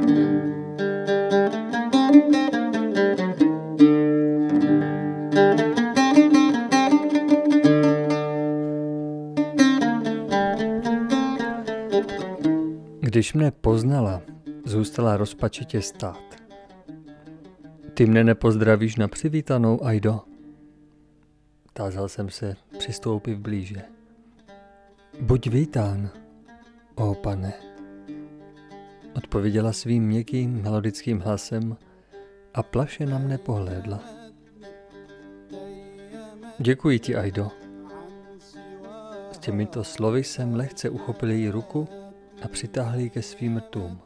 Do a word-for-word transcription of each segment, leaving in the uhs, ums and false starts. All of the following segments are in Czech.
Když mne poznala, zůstala rozpačitě stát. Ty mne nepozdravíš na přivítanou, Ajdo? Tázal jsem se, přistoupiv blíže. Buď vítán, ó pane, odpověděla svým měkkým melodickým hlasem a plaše na mne pohlédla. Děkuji ti, Ajdo. S těmito slovy jsem lehce uchopil její ruku a přitáhl ji ke svým rtům.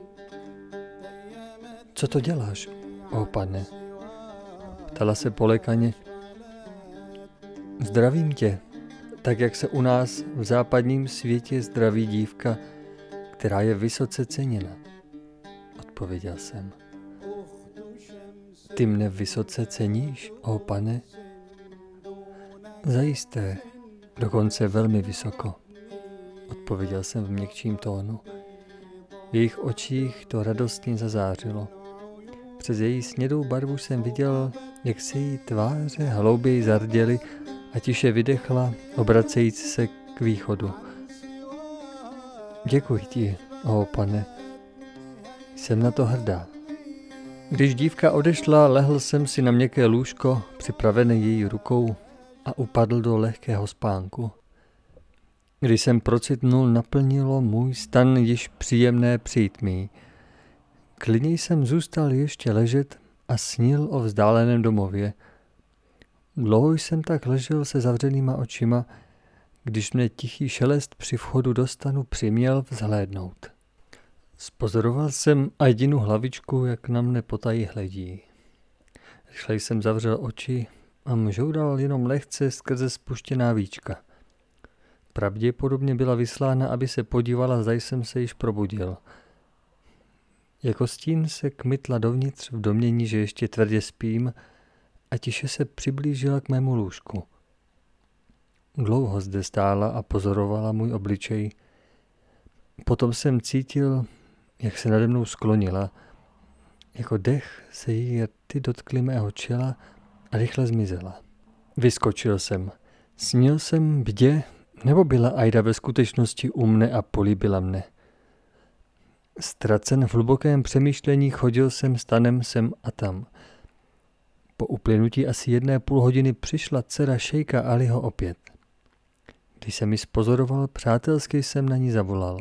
Co to děláš, ó pane? Ptala se polekaně. Zdravím tě, tak jak se u nás v západním světě zdraví dívka, která je vysoce ceněna, odpověděl jsem. Ty mne vysoce ceníš, ó pane? Zajisté, dokonce velmi vysoko, odpověděl jsem v měkčím tónu. V jejich očích to radostně zazářilo. Přes její snědou barvu jsem viděl, jak se jí tváře hlouběji zarděly a tiše vydechla, obracejíc se k východu. Děkuji ti, ó pane, jsem na to hrdá. Když dívka odešla, lehl jsem si na měkké lůžko, připravené její rukou, a upadl do lehkého spánku. Když jsem procitnul, naplnilo můj stan již příjemné přítmí. Klidně jsem zůstal ještě ležet a snil o vzdáleném domově. Dlouho jsem tak ležel se zavřenýma očima, když mne tichý šelest při vchodu do stanu přiměl vzhlédnout. Spozoroval jsem Ajdinu hlavičku, jak na mne potají hledí. Rychle jsem zavřel oči a mžoudal jenom lehce skrze spuštěná víčka. Pravděpodobně byla vyslána, aby se podívala, zda jsem se již probudil. Jako stín se kmitla dovnitř v domnění, že ještě tvrdě spím, a tiše se přiblížila k mému lůžku. Dlouho zde stála a pozorovala můj obličej. Potom jsem cítil, jak se nade mnou sklonila. Jako dech se její rty dotkly mého čela a rychle zmizela. Vyskočil jsem. Snil jsem bdě, nebo byla Ajda ve skutečnosti u mne a políbila mne? Ztracen v hlubokém přemýšlení chodil jsem stanem sem a tam. Po uplynutí asi jedné půl hodiny přišla dcera šejka Aliho opět. Když jsem ji spozoroval, přátelsky jsem na ní zavolal.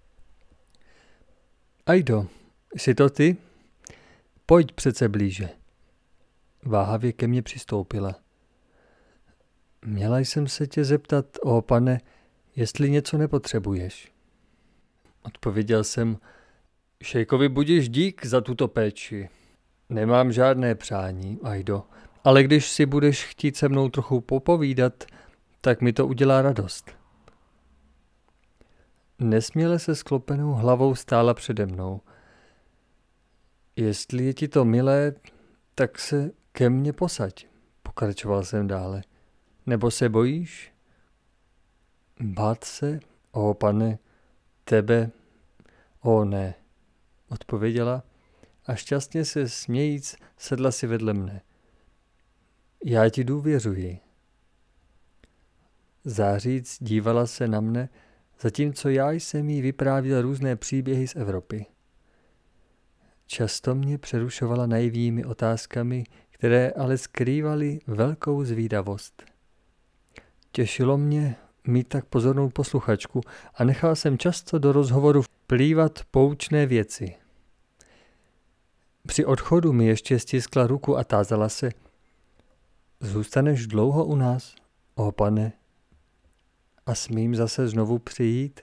Ajdo, jsi to ty? Pojď přece blíže. Váhavě ke mně přistoupila. Měla jsem se tě zeptat, ó pane, jestli něco nepotřebuješ. Odpověděl jsem, šejkovi budiš dík za tuto péči. Nemám žádné přání, Ajdo, ale když si budeš chtít se mnou trochu popovídat, tak mi to udělá radost. Nesměle se sklopenou hlavou stála přede mnou. Jestli je ti to milé, tak se ke mně posaď, pokračoval jsem dále. Nebo se bojíš? Bát se, ó pane, tebe, ó ne, odpověděla a šťastně se smějíc sedla si vedle mne. Já ti důvěřuji. Záříc dívala se na mne, zatímco já jsem jí vyprávěl různé příběhy z Evropy. Často mě přerušovala naivními otázkami, které ale skrývaly velkou zvídavost. Těšilo mě mít tak pozornou posluchačku a nechal jsem často do rozhovoru vplývat poučné věci. Při odchodu mi ještě stiskla ruku a tázala se, zůstaneš dlouho u nás, ó pane, a smím zase znovu přijít?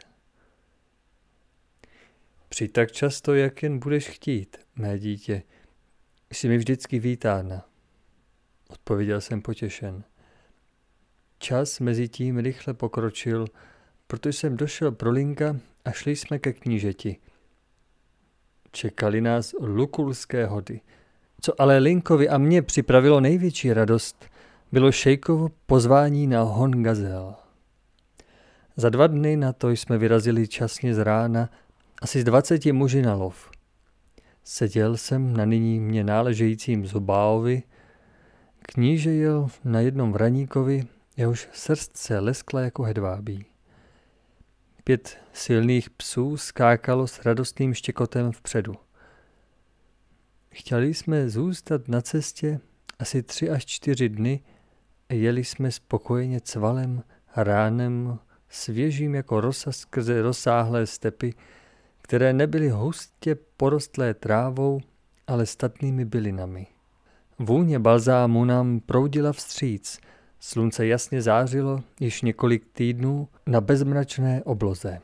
Přijď tak často, jak jen budeš chtít, mé dítě, jsi mi vždycky vítána, odpověděl jsem potěšen. Čas mezi tím rychle pokročil, protože jsem došel pro Linka a šli jsme ke knížeti. Čekali nás lukulské hody. Co ale Linkovi a mně připravilo největší radost, bylo šejkovo pozvání na hon gazel. Za dva dny na to jsme vyrazili časně z rána asi z dvaceti muži na lov. Seděl jsem na nyní mě náležejícím Zobáovi, kníže jel na jednom vraníkovi, jehož srst se leskla jako hedvábí. Pět silných psů skákalo s radostným štěkotem vpředu. Chtěli jsme zůstat na cestě asi tři až čtyři dny a jeli jsme spokojeně cvalem, ránem, svěžím jako rosa skrze rozsáhlé stepy, které nebyly hustě porostlé trávou, ale statnými bylinami. Vůně balzámu nám proudila vstříc, slunce jasně zářilo již několik týdnů na bezmračné obloze.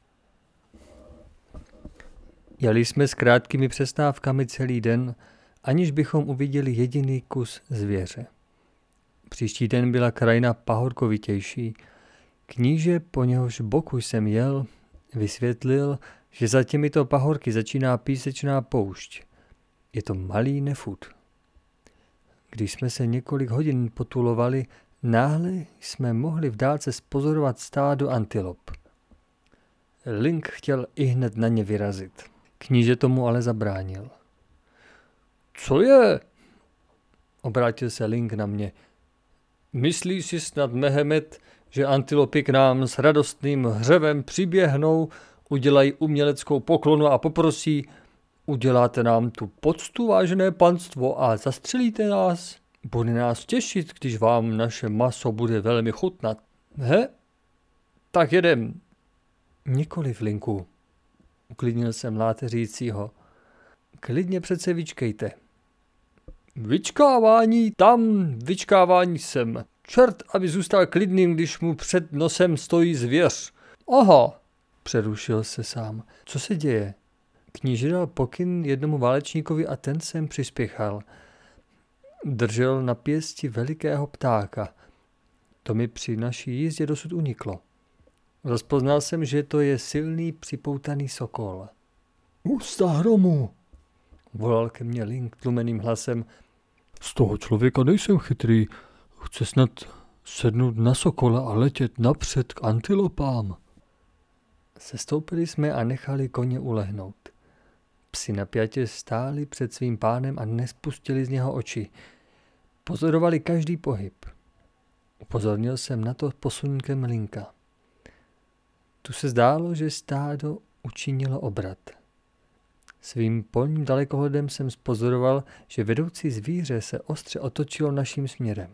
Jeli jsme s krátkými přestávkami celý den, aniž bychom uviděli jediný kus zvěře. Příští den byla krajina pahorkovitější. Kníže, po něhož boku jsem jel, vysvětlil, že za těmito pahorky začíná písečná poušť. Je to malý Nefud. Když jsme se několik hodin potulovali, náhle jsme mohli v dálce spozorovat stádo antilop. Link chtěl ihned na ně vyrazit. Kníže tomu ale zabránil. Co je? Obrátil se Link na mě. Myslí si snad Mehemet, že antilopy k nám s radostným hřevem přiběhnou, udělají uměleckou poklonu a poprosí, uděláte nám tu poctu, vážené panstvo, a zastřelíte nás? Bude nás těšit, když vám naše maso bude velmi chutnat. He? Tak jedem. Nikoliv, Linku, uklidnil jsem láteřícího. Klidně přece vyčkejte. Vyčkávání tam, vyčkávání sem. Čert, aby zůstal klidným, když mu před nosem stojí zvěř. Aha, přerušil se sám. Co se děje? Kníže dal pokyn jednomu válečníkovi a ten sem přispěchal. Držel na pěsti velikého ptáka. To mi při naší jízdě dosud uniklo. Rozpoznal jsem, že to je silný připoutaný sokol. Ústa hromu, volal ke mně Link tlumeným hlasem. Z toho člověka nejsem chytrý. Chce snad sednout na sokola a letět napřed k antilopám. Sestoupili jsme a nechali koně ulehnout. Psi napjatě stáli před svým pánem a nespustili z něho oči. Pozorovali každý pohyb. Upozornil jsem na to posunkem Linka. Tu se zdálo, že stádo učinilo obrat. Svým polním dalekohledem jsem spozoroval, že vedoucí zvíře se ostře otočilo naším směrem.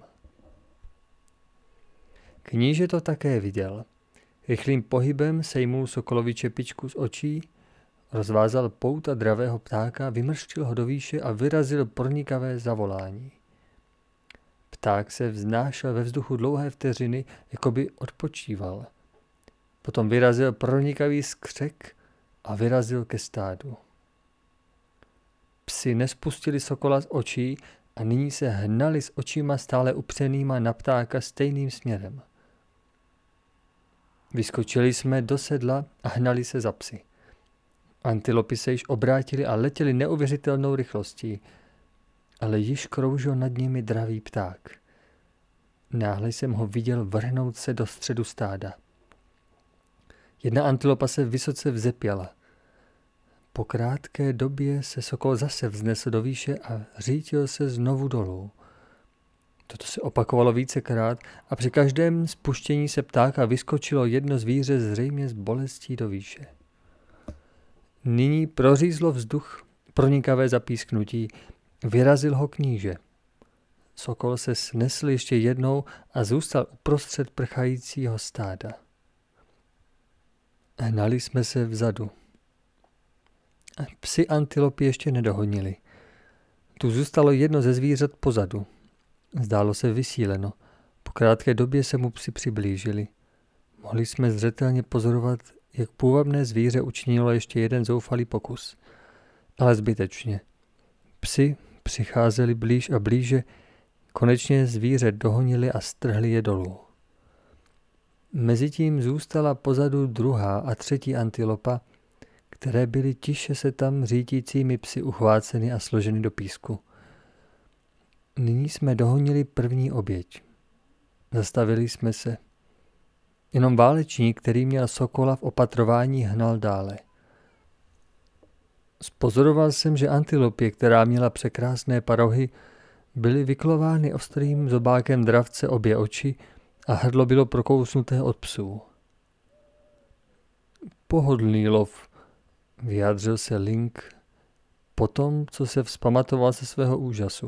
Kníže to také viděl. Rychlým pohybem sejmul sokolovi čepičku z očí, rozvázal pouta dravého ptáka, vymrštil ho do výše a vyrazil pronikavé zavolání. Pták se vznášel ve vzduchu dlouhé vteřiny, jako by odpočíval. Potom vyrazil pronikavý skřek a vyrazil ke stádu. Psi nespustili sokola z očí a nyní se hnali s očima stále upřenýma na ptáka stejným směrem. Vyskočili jsme do sedla a hnali se za psy. Antilopy se již obrátili a letěli neuvěřitelnou rychlostí, ale již kroužil nad nimi dravý pták. Náhle jsem ho viděl vrhnout se do středu stáda. Jedna antilopa se vysoce vzepěla. Po krátké době se sokol zase vznesl do výše a řítil se znovu dolů. Toto se opakovalo vícekrát a při každém spuštění se ptáka vyskočilo jedno zvíře zřejmě z bolestí do výše. Nyní prořízlo vzduch pronikavé zapísknutí, vyrazil ho kníže. Sokol se snesl ještě jednou a zůstal uprostřed prchajícího stáda. Hnali jsme se vzadu. Psi antilopy ještě nedohonili. Tu zůstalo jedno ze zvířat pozadu. Zdálo se vysíleno. Po krátké době se mu psi přiblížili. Mohli jsme zřetelně pozorovat, jak půvabné zvíře učinilo ještě jeden zoufalý pokus. Ale zbytečně. Psi přicházeli blíž a blíže, konečně zvíře dohonili a strhli je dolů. Mezitím zůstala pozadu druhá a třetí antilopa, které byly tiše se tam řítícími psy uchváceny a složeny do písku. Nyní jsme dohonili první oběť. Zastavili jsme se. Jenom válečník, který měl sokola v opatrování, hnal dále. Spozoroval jsem, že antilopě, která měla překrásné parohy, byly vyklovány ostrým zobákem dravce obě oči a hrdlo bylo prokousnuté od psů. Pohodlný lov, vyjádřil se Link potom, co se vzpamatoval ze svého úžasu.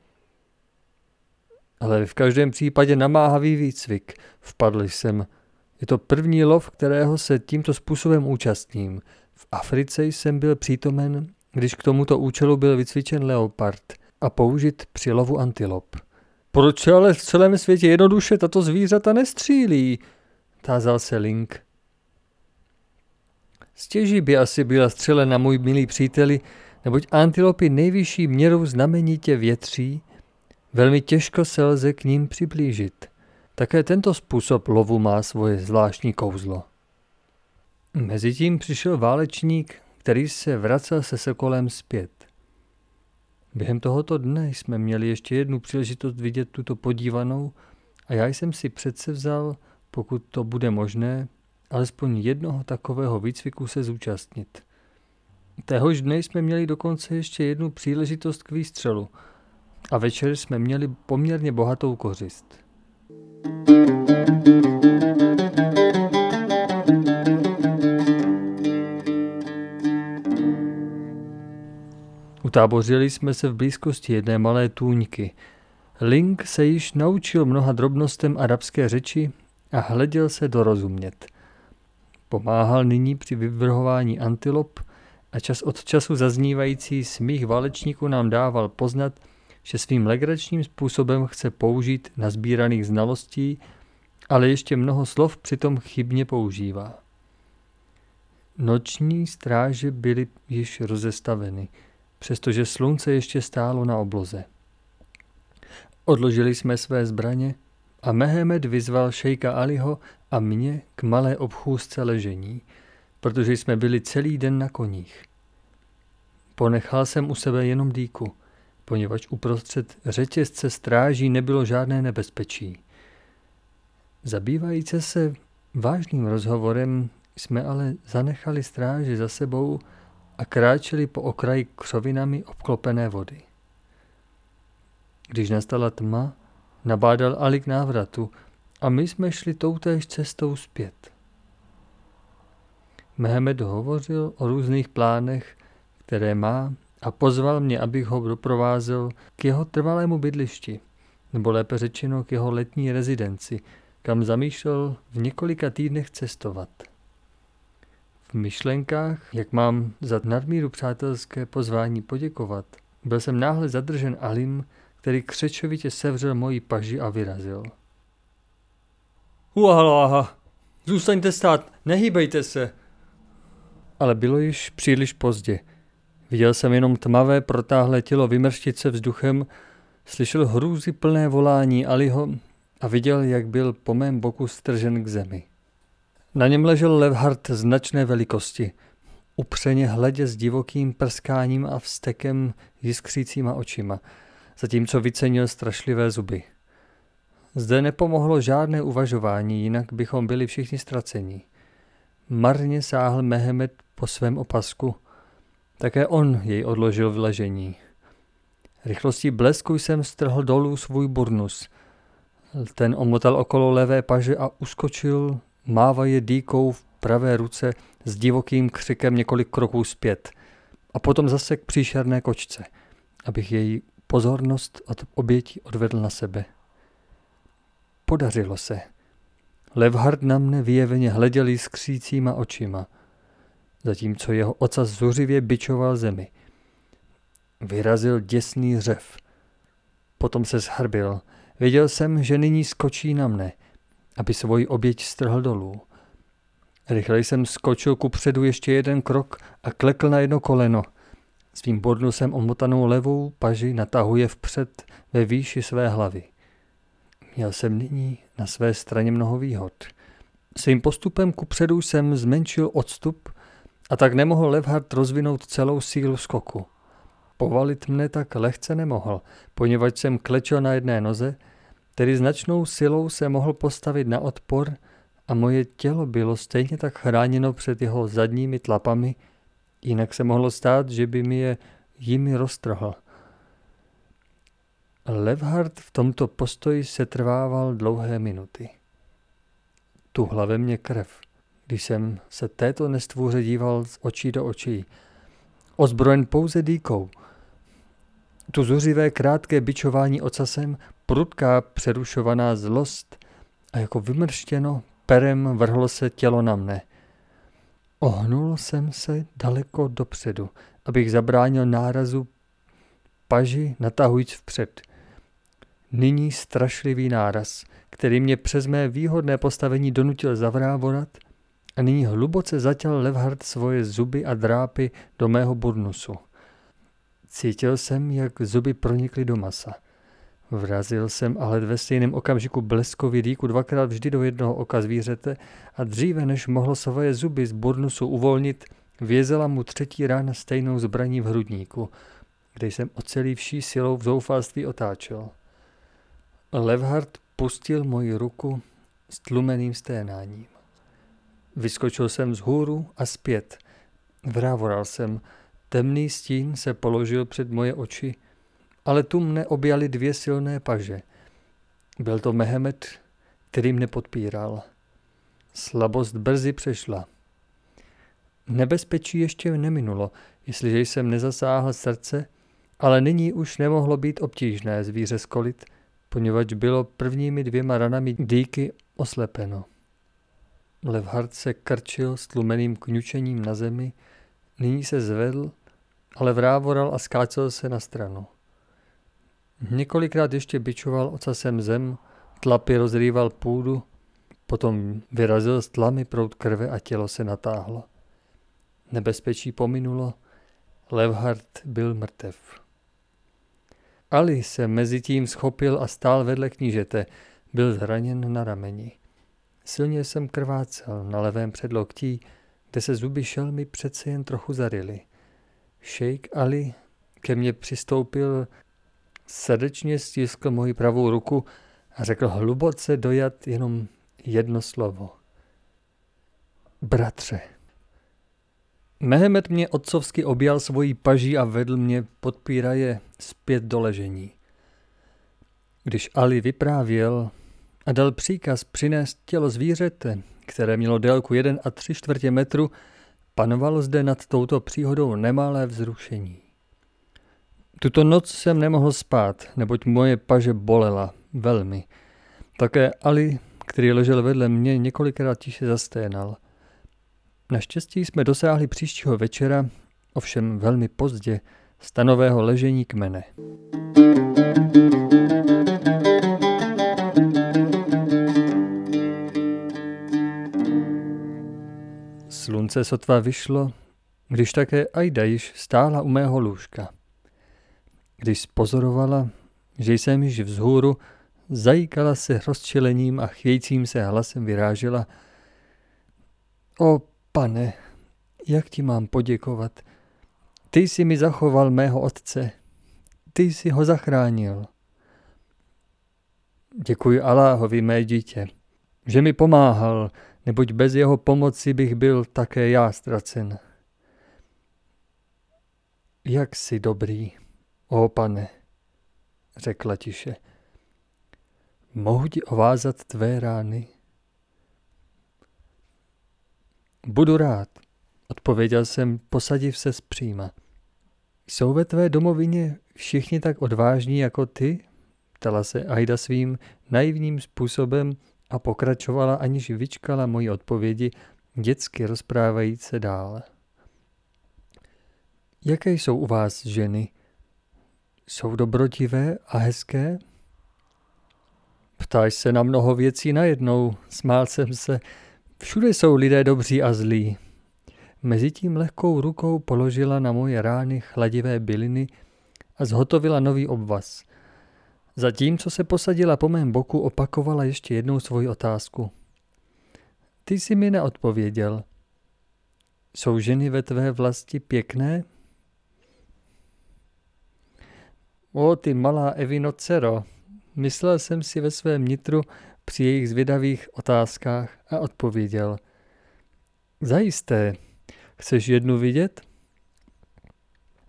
Ale v každém případě namáhavý výcvik, vpadl jsem. Je to první lov, kterého se tímto způsobem účastním. V Africe jsem byl přítomen, když k tomuto účelu byl vycvičen leopard a použit při lovu antilop. Proč ale v celém světě jednoduše tato zvířata nestřílí? Tázal se Link. Stěží by asi byla střelena, můj milý příteli, neboť antilopy nejvyšší měrou znamenitě větří, velmi těžko se lze k ním přiblížit. Také tento způsob lovu má svoje zvláštní kouzlo. Mezitím přišel válečník, který se vracel se sokolem zpět. Během tohoto dne jsme měli ještě jednu příležitost vidět tuto podívanou a já jsem si předsevzal, pokud to bude možné, alespoň jednoho takového výcviku se zúčastnit. Téhož dne jsme měli dokonce ještě jednu příležitost k výstřelu a večer jsme měli poměrně bohatou kořist. Utábořili jsme se v blízkosti jedné malé tůňky. Link se již naučil mnoha drobnostem arabské řeči a hleděl se dorozumět. Pomáhal nyní při vyvrhování antilop a čas od času zaznívající smích válečníků nám dával poznat, že svým legračním způsobem chce použít nazbíraných znalostí, ale ještě mnoho slov přitom chybně používá. Noční stráže byly již rozestaveny, přestože slunce ještě stálo na obloze. Odložili jsme své zbraně a Mehemed vyzval šejka Aliho a mě k malé obchůzce ležení, protože jsme byli celý den na koních. Ponechal jsem u sebe jenom dýku, poněvadž uprostřed řetězce stráží nebylo žádné nebezpečí. Zabývajíce se vážným rozhovorem jsme ale zanechali stráži za sebou a kráčeli po okraji křovinami obklopené vody. Když nastala tma, nabádal Ali k návratu a my jsme šli toutéž cestou zpět. Mehemed hovořil o různých plánech, které má, a pozval mě, abych ho doprovázel k jeho trvalému bydlišti, nebo lépe řečeno k jeho letní rezidenci, kam zamýšlel v několika týdnech cestovat. V myšlenkách, jak mám za nadmíru přátelské pozvání poděkovat, byl jsem náhle zadržen Alim, který křečovitě sevřel moji paži a vyrazil. Ualáha, zůstaňte stát, nehýbejte se. Ale bylo již příliš pozdě. Viděl jsem jenom tmavé, protáhlé tělo vymrštit se vzduchem, slyšel hrůzy plné volání Aliho a viděl, jak byl po mém boku stržen k zemi. Na něm ležel Levhart značné velikosti, upřeně hledě s divokým prskáním a vztekem jiskřícíma očima, zatímco vycenil strašlivé zuby. Zde nepomohlo žádné uvažování, jinak bychom byli všichni ztraceni. Marně sáhl Mehemed po svém opasku, také on jej odložil v ležení. Rychlostí blesku jsem strhl dolů svůj burnus. Ten omotal okolo levé paže a uskočil, mávaje dýkou v pravé ruce s divokým křikem několik kroků zpět a potom zase k příšerné kočce, abych její pozornost od oběti odvedl na sebe. Podařilo se. Levhart na mne vyjeveně hleděl jiskřícíma očima, zatímco jeho ocas zuřivě bičoval zemi. Vyrazil děsný řev. Potom se zhrbil. Věděl jsem, že nyní skočí na mne, aby svoji oběť strhl dolů. Rychle jsem skočil kupředu ještě jeden krok a klekl na jedno koleno. Svým burnusem omotanou levou paži natahuje vpřed ve výši své hlavy. Měl jsem nyní na své straně mnoho výhod. Svým postupem kupředu jsem zmenšil odstup a tak nemohl Levhart rozvinout celou sílu skoku. Povalit mne tak lehce nemohl, poněvadž jsem klečel na jedné noze, tedy značnou silou se mohl postavit na odpor a moje tělo bylo stejně tak chráněno před jeho zadními tlapami, Jinak se mohlo stát, že by mi je jimi roztrhl. Levhart v tomto postoji setrvával dlouhé minuty. Tuhla ve mně krev, když jsem se této nestvůře díval z očí do očí, ozbrojen pouze dýkou. Tu zuřivé krátké bičování ocasem, prudká přerušovaná zlost a jako vymrštěno perem vrhlo se tělo na mne. Ohnul jsem se daleko dopředu, abych zabránil nárazu paži natahujíc vpřed. Nyní strašlivý náraz, který mě přes mé výhodné postavení donutil zavrávorat, a nyní hluboce zatěl Levhart svoje zuby a drápy do mého burnusu. Cítil jsem, jak zuby pronikly do masa. Vrazil jsem ale ve stejném okamžiku bleskový dýku dvakrát vždy do jednoho oka zvířete a dříve, než mohlo svoje zuby z burnusu uvolnit, vězela mu třetí rána stejnou zbraní v hrudníku, kde jsem ocelívší silou v zoufalství otáčel. Levhart pustil moji ruku s tlumeným sténáním. Vyskočil jsem vzhůru a zpět. Vrávoral jsem. Temný stín se položil před moje oči, ale tu mne objaly dvě silné paže. Byl to Mehemet, který mne podpíral. Slabost brzy přešla. Nebezpečí ještě neminulo, jestliže jsem nezasáhl srdce, ale nyní už nemohlo být obtížné zvíře skolit, poněvadž bylo prvními dvěma ranami dýky oslepeno. Levhart se krčil s tlumeným kňučením na zemi, nyní se zvedl, ale vrávoral a skácel se na stranu. Několikrát ještě bičoval ocasem zem, tlapy rozrýval půdu, potom vyrazil z tlamy proud krve a tělo se natáhlo. Nebezpečí pominulo, Levhart byl mrtev. Ali se mezi tím schopil a stál vedle knížete, byl zraněn na rameni. Silně jsem krvácel na levém předloktí, kde se zuby šelmy přece jen trochu zaryly. Šejk Ali ke mně přistoupil, srdečně stiskl moji pravou ruku a řekl hluboce dojat jenom jedno slovo. Bratře. Mehemet mě otcovsky objal svojí paží a vedl mě podpíraje zpět do ležení. Když Ali vyprávěl a dal příkaz přinést tělo zvířete, které mělo délku jeden a tři čtvrtě metru, panovalo zde nad touto příhodou nemalé vzrušení. Tuto noc jsem nemohl spát, neboť moje paže bolela velmi. Také Ali, který ležel vedle mě, několikrát tiše zasténal. Naštěstí jsme dosáhli příštího večera, ovšem velmi pozdě, stanového ležení kmene. Slunce sotva vyšlo, když také Aida již stála u mého lůžka. Když pozorovala, že jsem již vzhůru, zajíkala se rozčilením a chvějícím se hlasem vyrážela. O pane, jak ti mám poděkovat? Ty jsi mi zachoval mého otce. Ty jsi ho zachránil. Děkuji Aláhovi, mé dítě, že mi pomáhal, neboť bez jeho pomoci bych byl také já ztracen. Jak jsi dobrý, ó pane, řekla tiše. Mohu ti ovázat tvé rány? Budu rád, odpověděl jsem, posadiv se zpříma. Jsou ve tvé domovině všichni tak odvážní jako ty? Ptala se Aida svým naivním způsobem a pokračovala, aniž vyčkala moji odpovědi, dětsky rozprávajíc se dál. Jaké jsou u vás ženy? Jsou dobrotivé a hezké? Ptáš se na mnoho věcí najednou, smál jsem se. Všude jsou lidé dobří a zlí. Mezitím lehkou rukou položila na moje rány chladivé byliny a zhotovila nový obvaz. Zatímco se posadila po mém boku, opakovala ještě jednou svoji otázku. Ty jsi mi neodpověděl. Jsou ženy ve tvé vlasti pěkné? O, ty malá Evino dcero, myslel jsem si ve svém nitru při jejich zvědavých otázkách a odpověděl. Zajisté, chceš jednu vidět?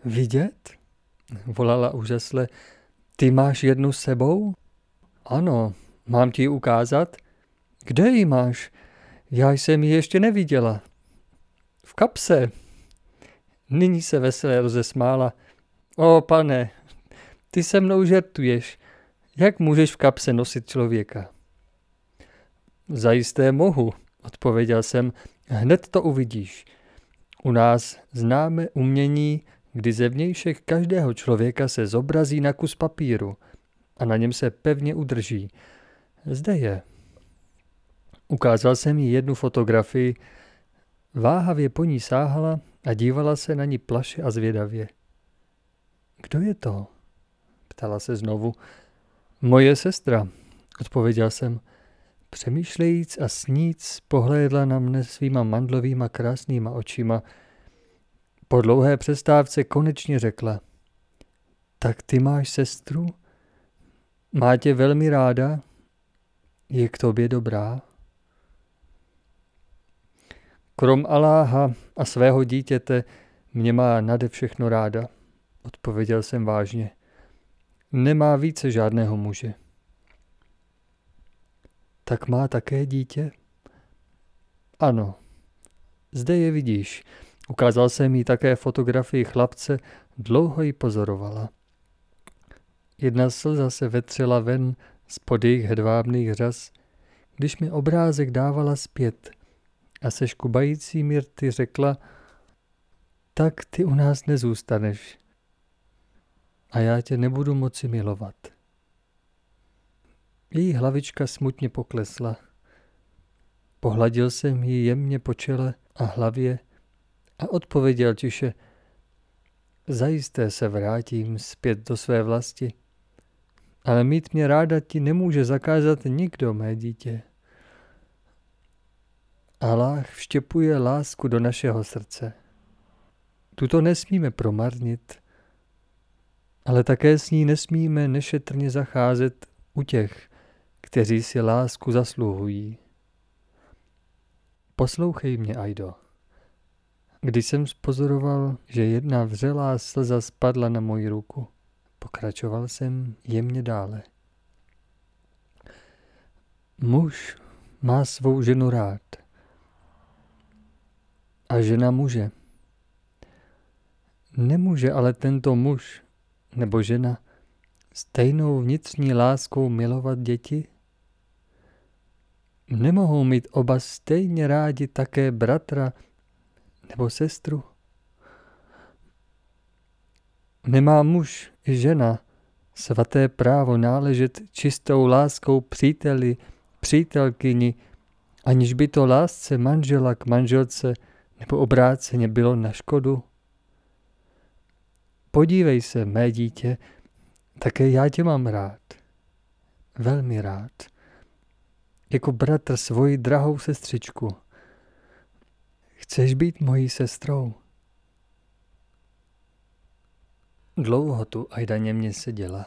Vidět? Volala úžasle. Ty máš jednu s sebou? Ano, mám ti ji ukázat? Kde ji máš? Já jsem ji ještě neviděla. V kapse. Nyní se veselé rozesmála. O pane, ty se mnou žertuješ. Jak můžeš v kapse nosit člověka? Zajisté mohu, odpověděl jsem. Hned to uvidíš. U nás známe umění, kdy zevnějšek každého člověka se zobrazí na kus papíru a na něm se pevně udrží. Zde je. Ukázal jsem jí jednu fotografii, váhavě po ní sáhala a dívala se na ní plaše a zvědavě. Kdo je to? Ptala se znovu. Moje sestra, odpověděl jsem. Přemýšlejíc a sníc pohlédla na mne svýma mandlovýma krásnýma očima. Po dlouhé přestávce konečně řekla. Tak ty máš sestru? Má tě velmi ráda? Je k tobě dobrá? Krom Aláha a svého dítěte mě má nade všechno ráda, odpověděl jsem vážně. Nemá více žádného muže. Tak má také dítě? Ano. Zde je vidíš. Ukázal jsem jí také fotografii chlapce, dlouho ji pozorovala. Jedna slza se vetřela ven spod jejich hedvábných řas, když mi obrázek dávala zpět a se škubajícími rty řekla, tak ty u nás nezůstaneš a já tě nebudu moci milovat. Její hlavička smutně poklesla. Pohladil jsem ji jemně po čele a hlavě a odpověděl tiše, zajisté se vrátím zpět do své vlasti, ale mít mě ráda ti nemůže zakázat nikdo, mé dítě. Aláh vštěpuje lásku do našeho srdce. Tuto nesmíme promarnit, ale také s ní nesmíme nešetrně zacházet u těch, kteří si lásku zasluhují. Poslouchej mě, Ajdo. Když jsem spozoroval, že jedna vřelá slza spadla na moji ruku, pokračoval jsem jemně dále. Muž má svou ženu rád. A žena muže. Nemůže ale tento muž nebo žena stejnou vnitřní láskou milovat děti? Nemohou mít oba stejně rádi také bratra nebo sestru? Nemá muž i žena svaté právo náležet čistou láskou příteli, přítelkyni, aniž by to lásce manžela k manželce nebo obráceně bylo na škodu? Podívej se, mé dítě, také já tě mám rád. Velmi rád. Jako bratr svoji drahou sestřičku. Chceš být mojí sestrou? Dlouho tu Ajda němě seděla.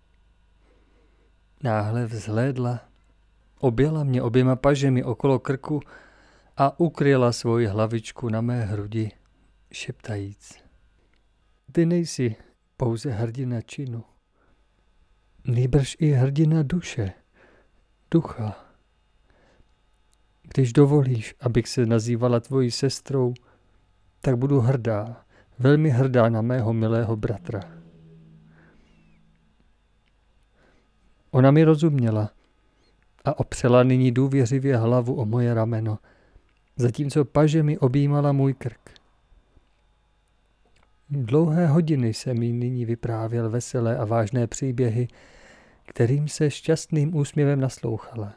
Náhle vzhlédla, objala mě oběma pažemi okolo krku a ukryla svoji hlavičku na mé hrudi, šeptajíc. Ty nejsi pouze hrdina činu, nýbrž i hrdina duše, ducha. Když dovolíš, abych se nazývala tvojí sestrou, tak budu hrdá, velmi hrdá na mého milého bratra. Ona mi rozuměla a opřela nyní důvěřivě hlavu o moje rameno, zatímco paže mi objímala můj krk. Dlouhé hodiny jsem jí nyní vyprávěl veselé a vážné příběhy, kterým se šťastným úsměvem naslouchala.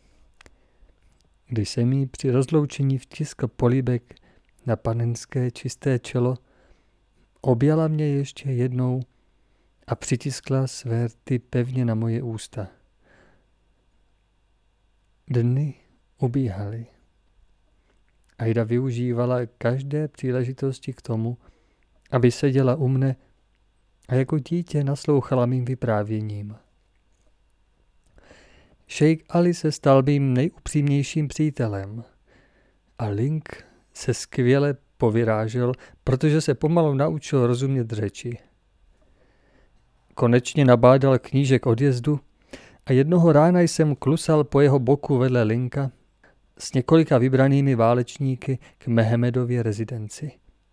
Když jsem jí při rozloučení vtiskl políbek na panenské čisté čelo, objala mě ještě jednou a přitiskla své rty pevně na moje ústa. Dny ubíhaly. Ajda využívala každé příležitosti k tomu, aby seděla u mne a jako dítě naslouchala mým vyprávěním. Šejk Ali se stal mým nejupřímnějším přítelem a Link se skvěle povyrážel, protože se pomalu naučil rozumět řeči. Konečně nabádal kníže k odjezdu a jednoho rána jsem klusal po jeho boku vedle linka s několika vybranými válečníky k Mehmedově rezidenci.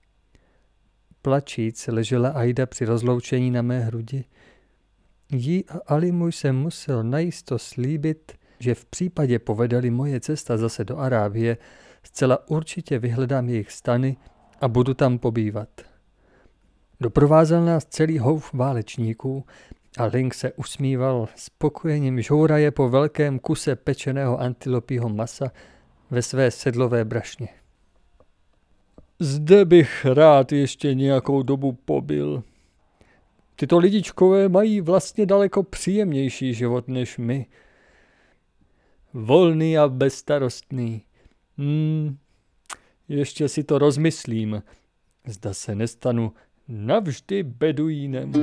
Plačíc ležela Aida při rozloučení na mé hrudi. Jí a Alimu jsem musel najisto slíbit, že v případě povedali moje cesta zase do Arábie, zcela určitě vyhledám jejich stany a budu tam pobývat. Doprovázel nás celý houf válečníků a Link se usmíval spokojením žouraje po velkém kuse pečeného antilopího masa ve své sedlové brašně. Zde bych rád ještě nějakou dobu pobyl. Tyto lidičkové mají vlastně daleko příjemnější život než my. Volný a bezstarostný. Hmm, ještě si to rozmyslím. Zda se nestanu navždy beduínem.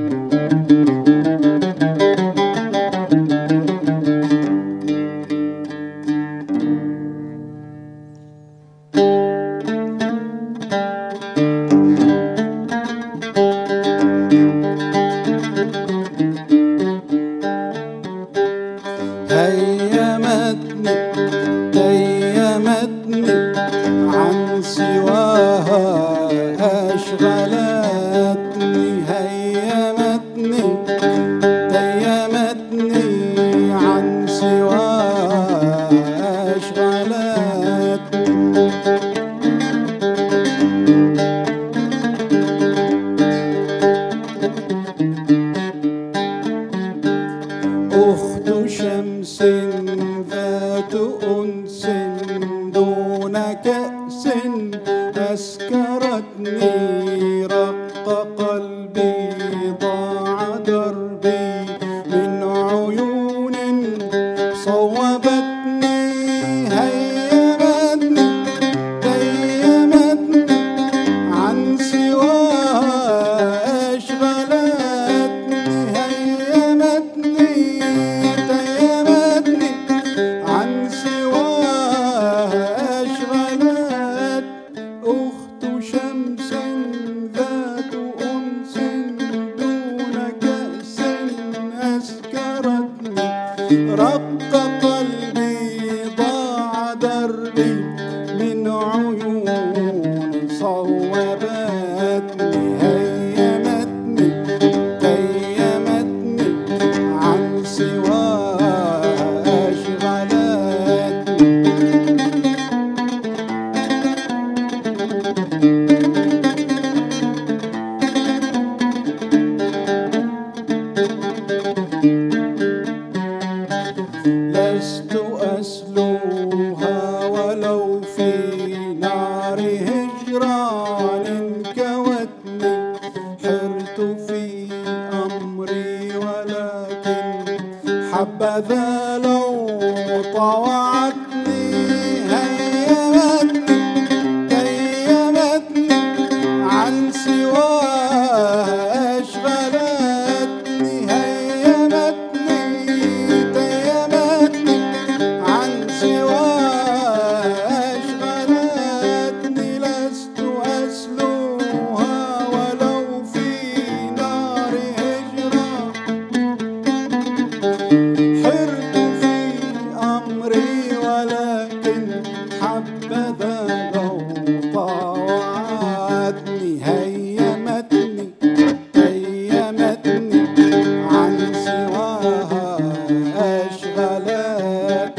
أشغلت